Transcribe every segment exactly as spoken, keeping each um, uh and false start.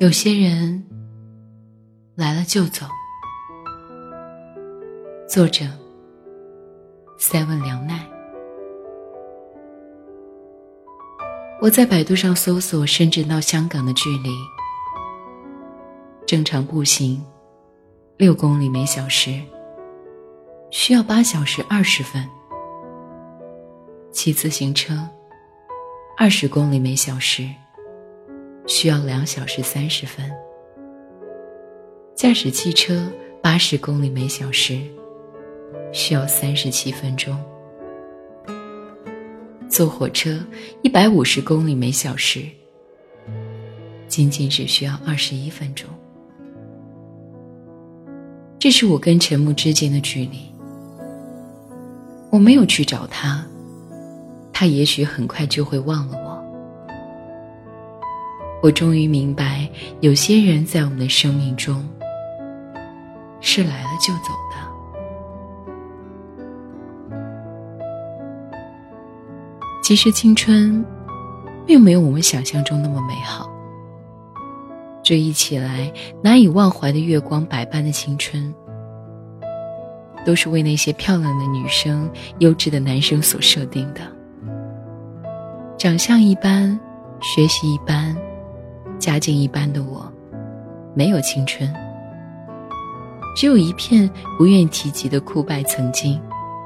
有些人来了就走。作者塞问良奈。我在百度上搜索深圳到香港的距离，正常步行六公里每小时，需要八小时二十分；骑自行车二十公里每小时，需要两小时三十分；驾驶汽车八十公里每小时，需要三十七分钟；坐火车一百五十公里每小时，仅仅只需要二十一分钟。这是我跟陈木之间的距离。我没有去找他，他也许很快就会忘了我。我终于明白，有些人在我们的生命中是来了就走的。其实青春并没有我们想象中那么美好。追忆起来，难以忘怀的月光百般的青春，都是为那些漂亮的女生、优质的男生所设定的。长相一般，学习一般，家境一般的我，没有青春，只有一片不愿提及的枯败曾经。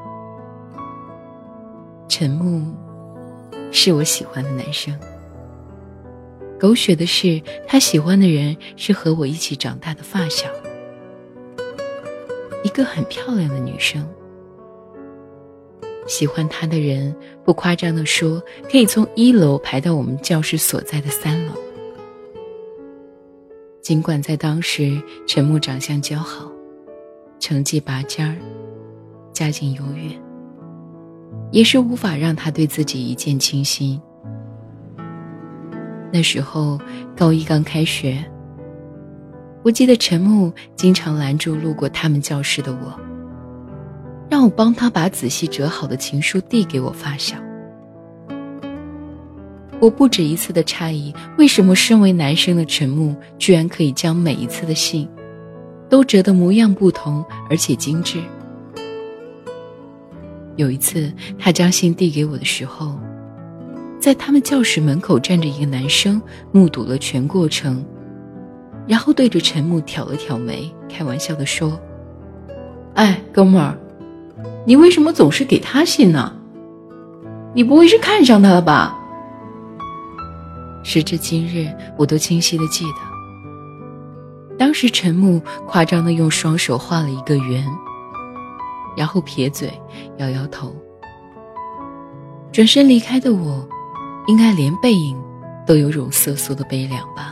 陈木是我喜欢的男生。狗血的是，他喜欢的人是和我一起长大的发小，一个很漂亮的女生。喜欢他的人，不夸张地说，可以从一楼排到我们教室所在的三楼。尽管在当时，陈木长相姣好，成绩拔尖儿，家境优越，也是无法让他对自己一见倾心。那时候高一刚开学，我记得陈木经常拦住路过他们教室的我，让我帮他把仔细折好的情书递给我发小。我不止一次的诧异，为什么身为男生的陈木居然可以将每一次的信都折得模样不同，而且精致。有一次他将信递给我的时候，在他们教室门口站着一个男生，目睹了全过程，然后对着陈木挑了挑眉，开玩笑地说：哎，哥们儿，你为什么总是给他信呢？你不会是看上他了吧？时至今日，我都清晰地记得，当时陈木夸张地用双手画了一个圆，然后撇嘴摇摇头。转身离开的我，应该连背影都有种瑟缩的悲凉吧。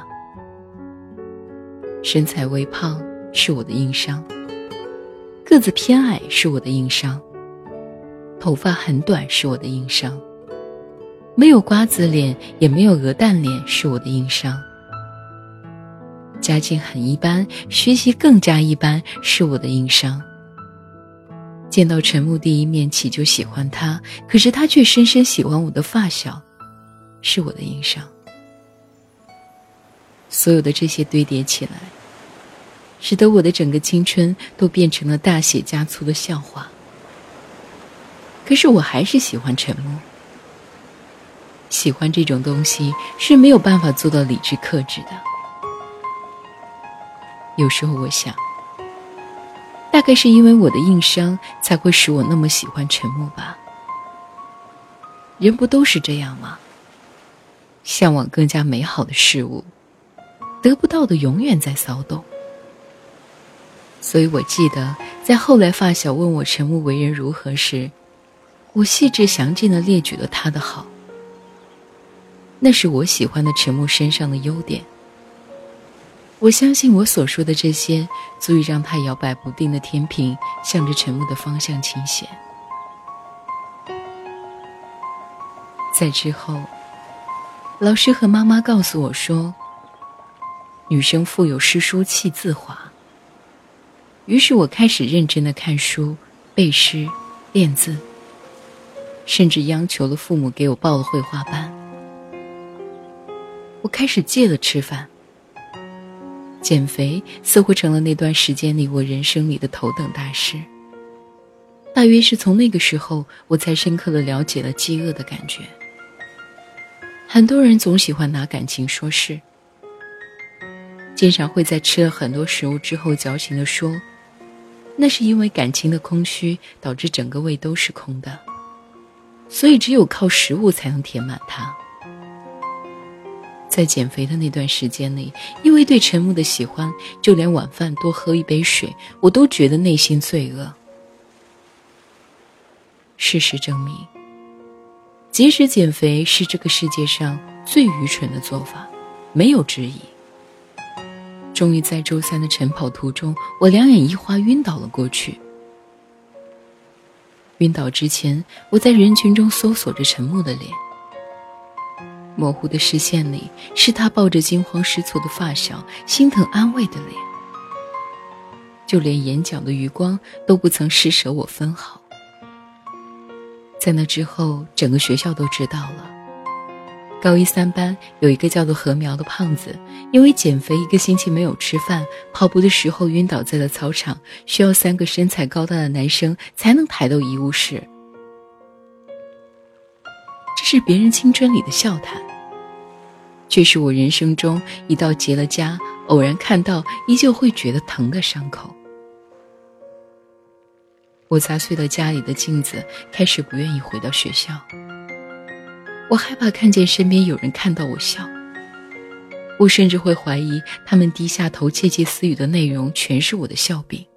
身材微胖是我的硬伤，个子偏矮是我的硬伤，头发很短是我的硬伤，没有瓜子脸也没有鹅蛋脸是我的硬伤，家境很一般，学习更加一般是我的硬伤。见到陈木第一面起就喜欢他，可是他却深深喜欢我的发小，是我的硬伤。所有的这些堆叠起来，使得我的整个青春都变成了大写加粗的笑话。可是我还是喜欢陈木。喜欢这种东西是没有办法做到理智克制的。有时候我想，大概是因为我的硬伤才会使我那么喜欢陈木吧。人不都是这样吗？向往更加美好的事物，得不到的永远在骚动。所以我记得在后来发小问我陈木为人如何时，我细致详尽地列举了他的好。那是我喜欢的陈木身上的优点。我相信我所说的这些足以让他摇摆不定的天平向着陈木的方向倾斜。在之后，老师和妈妈告诉我说，女生富有诗书气自华。于是我开始认真地看书、背诗、练字，甚至央求了父母给我报了绘画班。我开始戒了吃饭， 减肥似乎成了那段时间里我人生里的头等大事。大约是从那个时候，我才深刻地了解了饥饿的感觉。很多人总喜欢拿感情说事，经常会在吃了很多食物之后矫情地说，那是因为感情的空虚导致整个胃都是空的，所以只有靠食物才能填满它。在减肥的那段时间里，因为对陈木的喜欢，就连晚饭多喝一杯水，我都觉得内心罪恶。事实证明，节食减肥是这个世界上最愚蠢的做法，没有之一。终于在周三的晨跑途中，我两眼一花晕倒了过去。晕倒之前，我在人群中搜索着陈木的脸，模糊的视线里是他抱着惊慌失措的发小，心疼安慰的脸，就连眼角的余光都不曾施舍我分毫。在那之后，整个学校都知道了，高一三班有一个叫做何苗的胖子，因为减肥一个星期没有吃饭，跑步的时候晕倒在了操场，需要三个身材高大的男生才能抬到医务室。这是别人青春里的笑谈，却是我人生中一道结了痂，偶然看到依旧会觉得疼的伤口。我砸碎了家里的镜子，开始不愿意回到学校。我害怕看见身边有人看到我笑，我甚至会怀疑他们低下头窃窃私语的内容全是我的笑柄。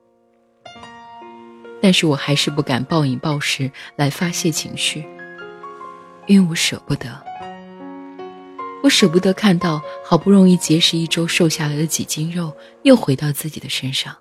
但是我还是不敢暴饮暴食来发泄情绪，因为我舍不得。我舍不得看到好不容易节食一周瘦下来的几斤肉又回到自己的身上。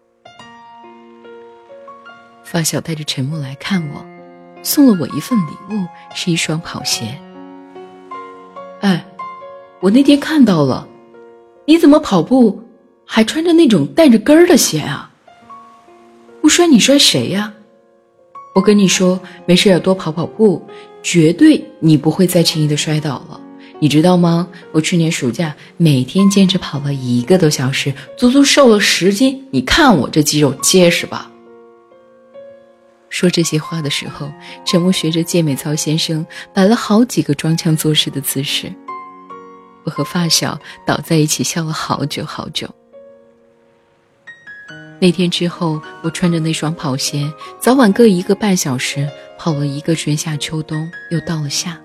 发小带着陈木来看我，送了我一份礼物，是一双跑鞋。哎，我那天看到了，你怎么跑步还穿着那种带着跟儿的鞋啊？不摔你摔谁呀？我跟你说，没事要多跑跑步，绝对你不会再轻易的摔倒了。你知道吗？我去年暑假每天坚持跑了一个多小时，足足瘦了十斤，你看我这肌肉结实吧？说这些话的时候，陈木学着健美操先生摆了好几个装腔作势的姿势。我和发小倒在一起笑了好久好久。那天之后，我穿着那双跑鞋，早晚各一个半小时，跑了一个春夏秋冬，又到了夏。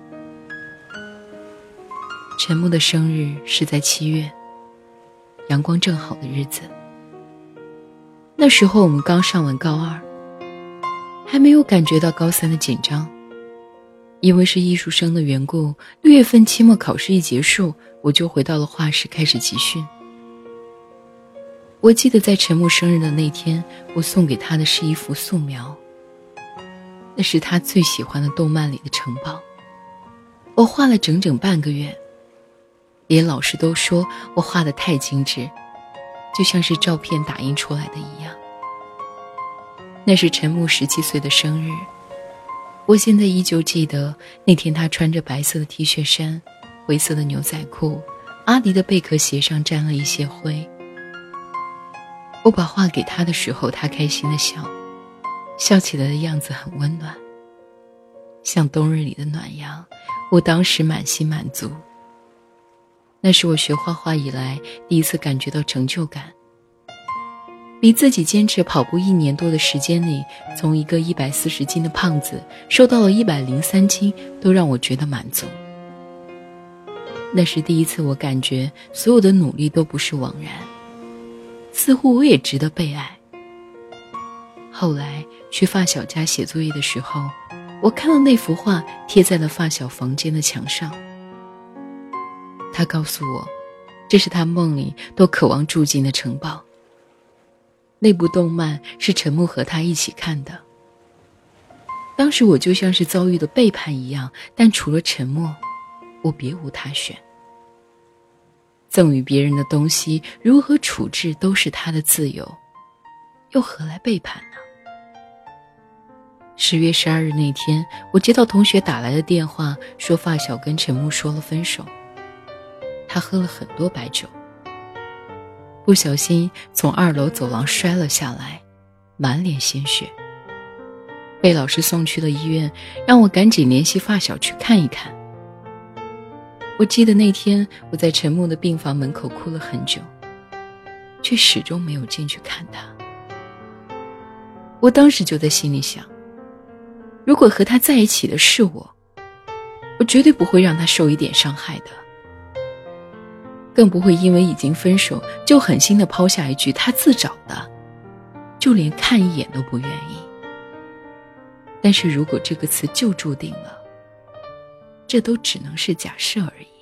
陈木的生日是在七月，阳光正好的日子。那时候我们刚上完高二，还没有感觉到高三的紧张。因为是艺术生的缘故，六月份期末考试一结束，我就回到了画室开始集训。我记得在陈木生日的那天，我送给他的是一幅素描，那是他最喜欢的动漫里的城堡。我画了整整半个月，连老师都说我画得太精致，就像是照片打印出来的一样。那是陈木十七岁的生日，我现在依旧记得那天他穿着白色的 T 恤衫，灰色的牛仔裤，阿迪的贝壳鞋上沾了一些灰。我把画给他的时候，他开心地笑，笑起来的样子很温暖，像冬日里的暖阳。我当时满心满足，那是我学画画以来第一次感觉到成就感，比自己坚持跑步一年多的时间里，从一个一百四十斤的胖子瘦到了一百零三斤，都让我觉得满足。那是第一次我感觉所有的努力都不是枉然，似乎我也值得被爱。后来去发小家写作业的时候，我看到那幅画贴在了发小房间的墙上。他告诉我，这是他梦里都渴望住进的城堡。那部动漫是陈木和他一起看的。当时我就像是遭遇了背叛一样，但除了沉默，我别无他选。赠与别人的东西如何处置都是他的自由，又何来背叛呢？十月十二日那天，我接到同学打来的电话，说发小跟陈木说了分手。他喝了很多白酒。 不小心从二楼走廊摔了下来，满脸鲜血，被老师送去了医院，让我赶紧联系发小去看一看。我记得那天我在陈木的病房门口哭了很久，却始终没有进去看他。我当时就在心里想，如果和他在一起的是我，我绝对不会让他受一点伤害的，更不会因为已经分手就狠心地抛下一句他自找的，就连看一眼都不愿意。但是如果这个词就注定了，这都只能是假设而已。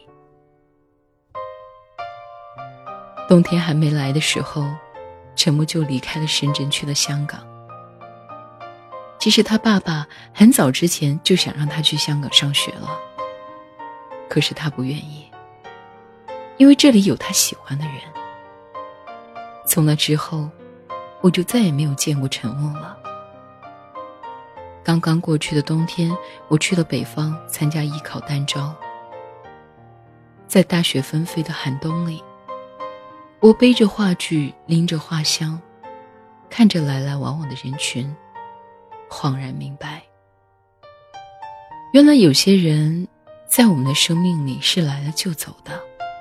冬天还没来的时候，陈木就离开了深圳，去了香港。其实他爸爸很早之前就想让他去香港上学了，可是他不愿意，因为这里有他喜欢的人。从那之后，我就再也没有见过陈木了。刚刚过去的冬天，我去了北方参加艺考单招。在大雪纷飞的寒冬里，我背着话剧，拎着画箱，看着来来往往的人群，恍然明白，原来有些人在我们的生命里是来了就走的。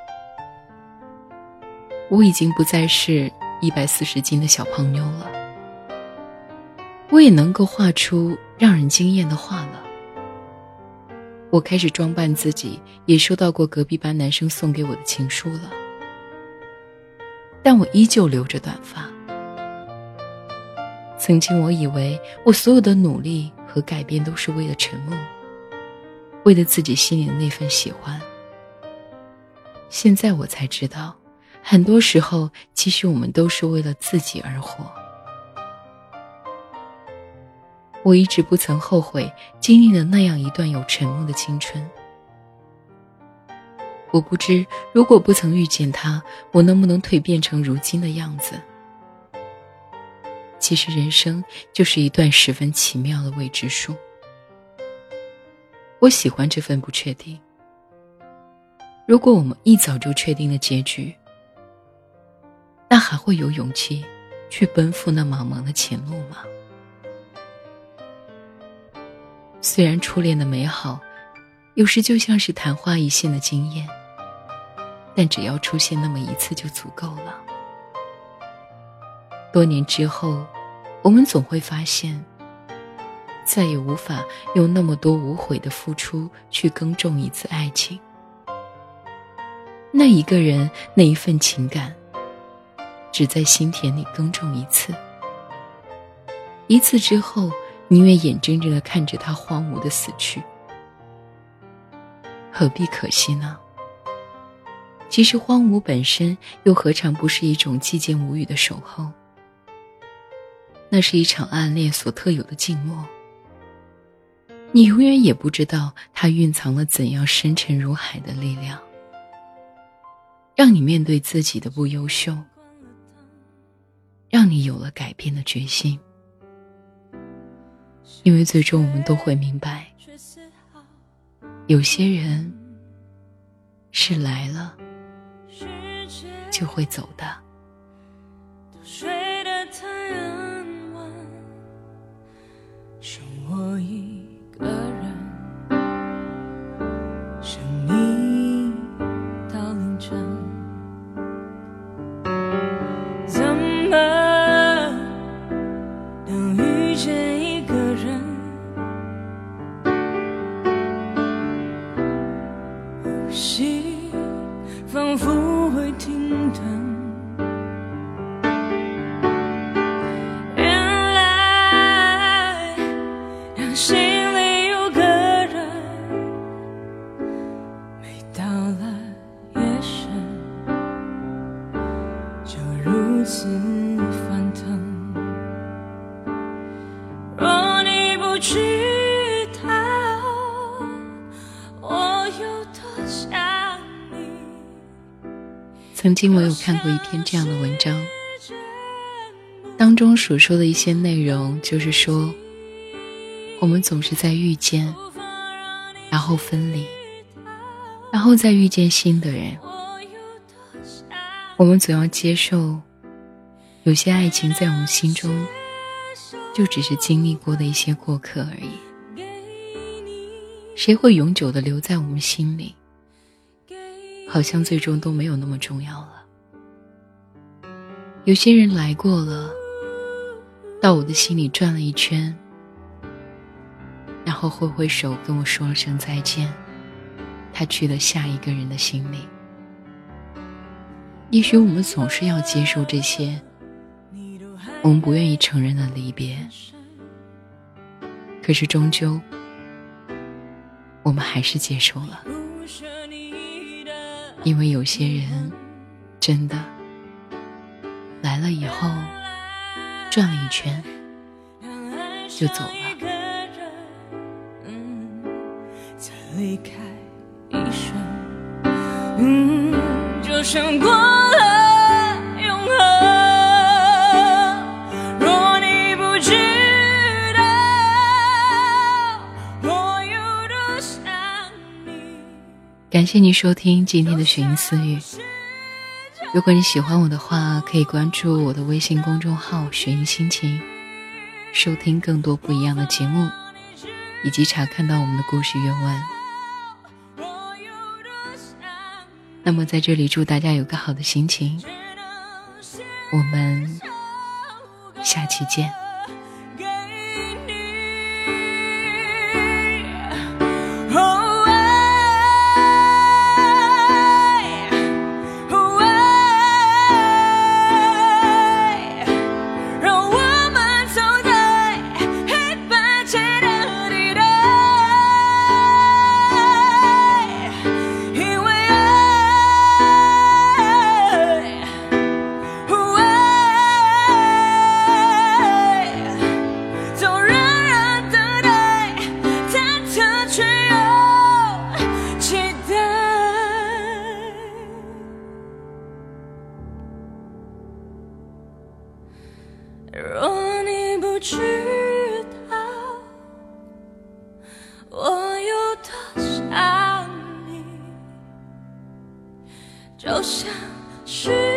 我已经不再是一百四十斤的小胖妞了，我也能够画出让人惊艳的画了。我开始装扮自己，也收到过隔壁班男生送给我的情书了，但我依旧留着短发。曾经我以为我所有的努力和改变都是为了陈木，为了自己心里的那份喜欢。现在我才知道，很多时候其实我们都是为了自己而活。我一直不曾后悔经历了那样一段有陈木的青春。我不知如果不曾遇见他，我能不能蜕变成如今的样子。其实人生就是一段十分奇妙的未知数。我喜欢这份不确定。如果我们一早就确定了结局，那还会有勇气去奔赴那茫茫的前路吗？虽然初恋的美好有时就像是昙花一现的惊艳，但只要出现那么一次就足够了。多年之后，我们总会发现，再也无法用那么多无悔的付出去耕种一次爱情。那一个人，那一份情感，只在心田里耕种一次，一次之后，宁愿眼睁睁地看着他荒芜的死去，何必可惜呢？其实荒芜本身又何尝不是一种寂静无语的守候？那是一场暗恋所特有的静默，你永远也不知道它蕴藏了怎样深沉如海的力量，让你面对自己的不优秀，让你有了改变的决心。因为最终我们都会明白，有些人是来了就会走的。 睡得太安稳，剩我一个人，想你到凌晨，怎么能遇见一个人，呼吸仿佛会停顿，原来让心里有个人，每到了夜深就如此翻腾。若你不知道我有多想你。 曾经我有看过一篇这样的文章，当中所说的一些内容就是说，我们总是在遇见，然后分离，然后再遇见新的人， 我们总要接受，有些爱情在我们心中就只是经历过的一些过客而已。谁会永久地留在我们心里，好像最终都没有那么重要了。有些人来过了，到我的心里转了一圈，然后挥挥手跟我说了声再见，他去了下一个人的心里。也许我们总是要接受这些我们不愿意承认的离别，可是终究我们还是接受了，因为有些人真的来了以后转了一圈就走了。 才离开一瞬，嗯，就像过了永恒。若你不知道我有多想你。 感谢你收听今天的雪音私语。如果你喜欢我的话，可以关注我的微信公众号雪音心情，收听更多不一样的节目，以及查看到我们的故事原文。那么在这里祝大家有个好的心情，我们下期见。 若你不知道我有多想你，就像是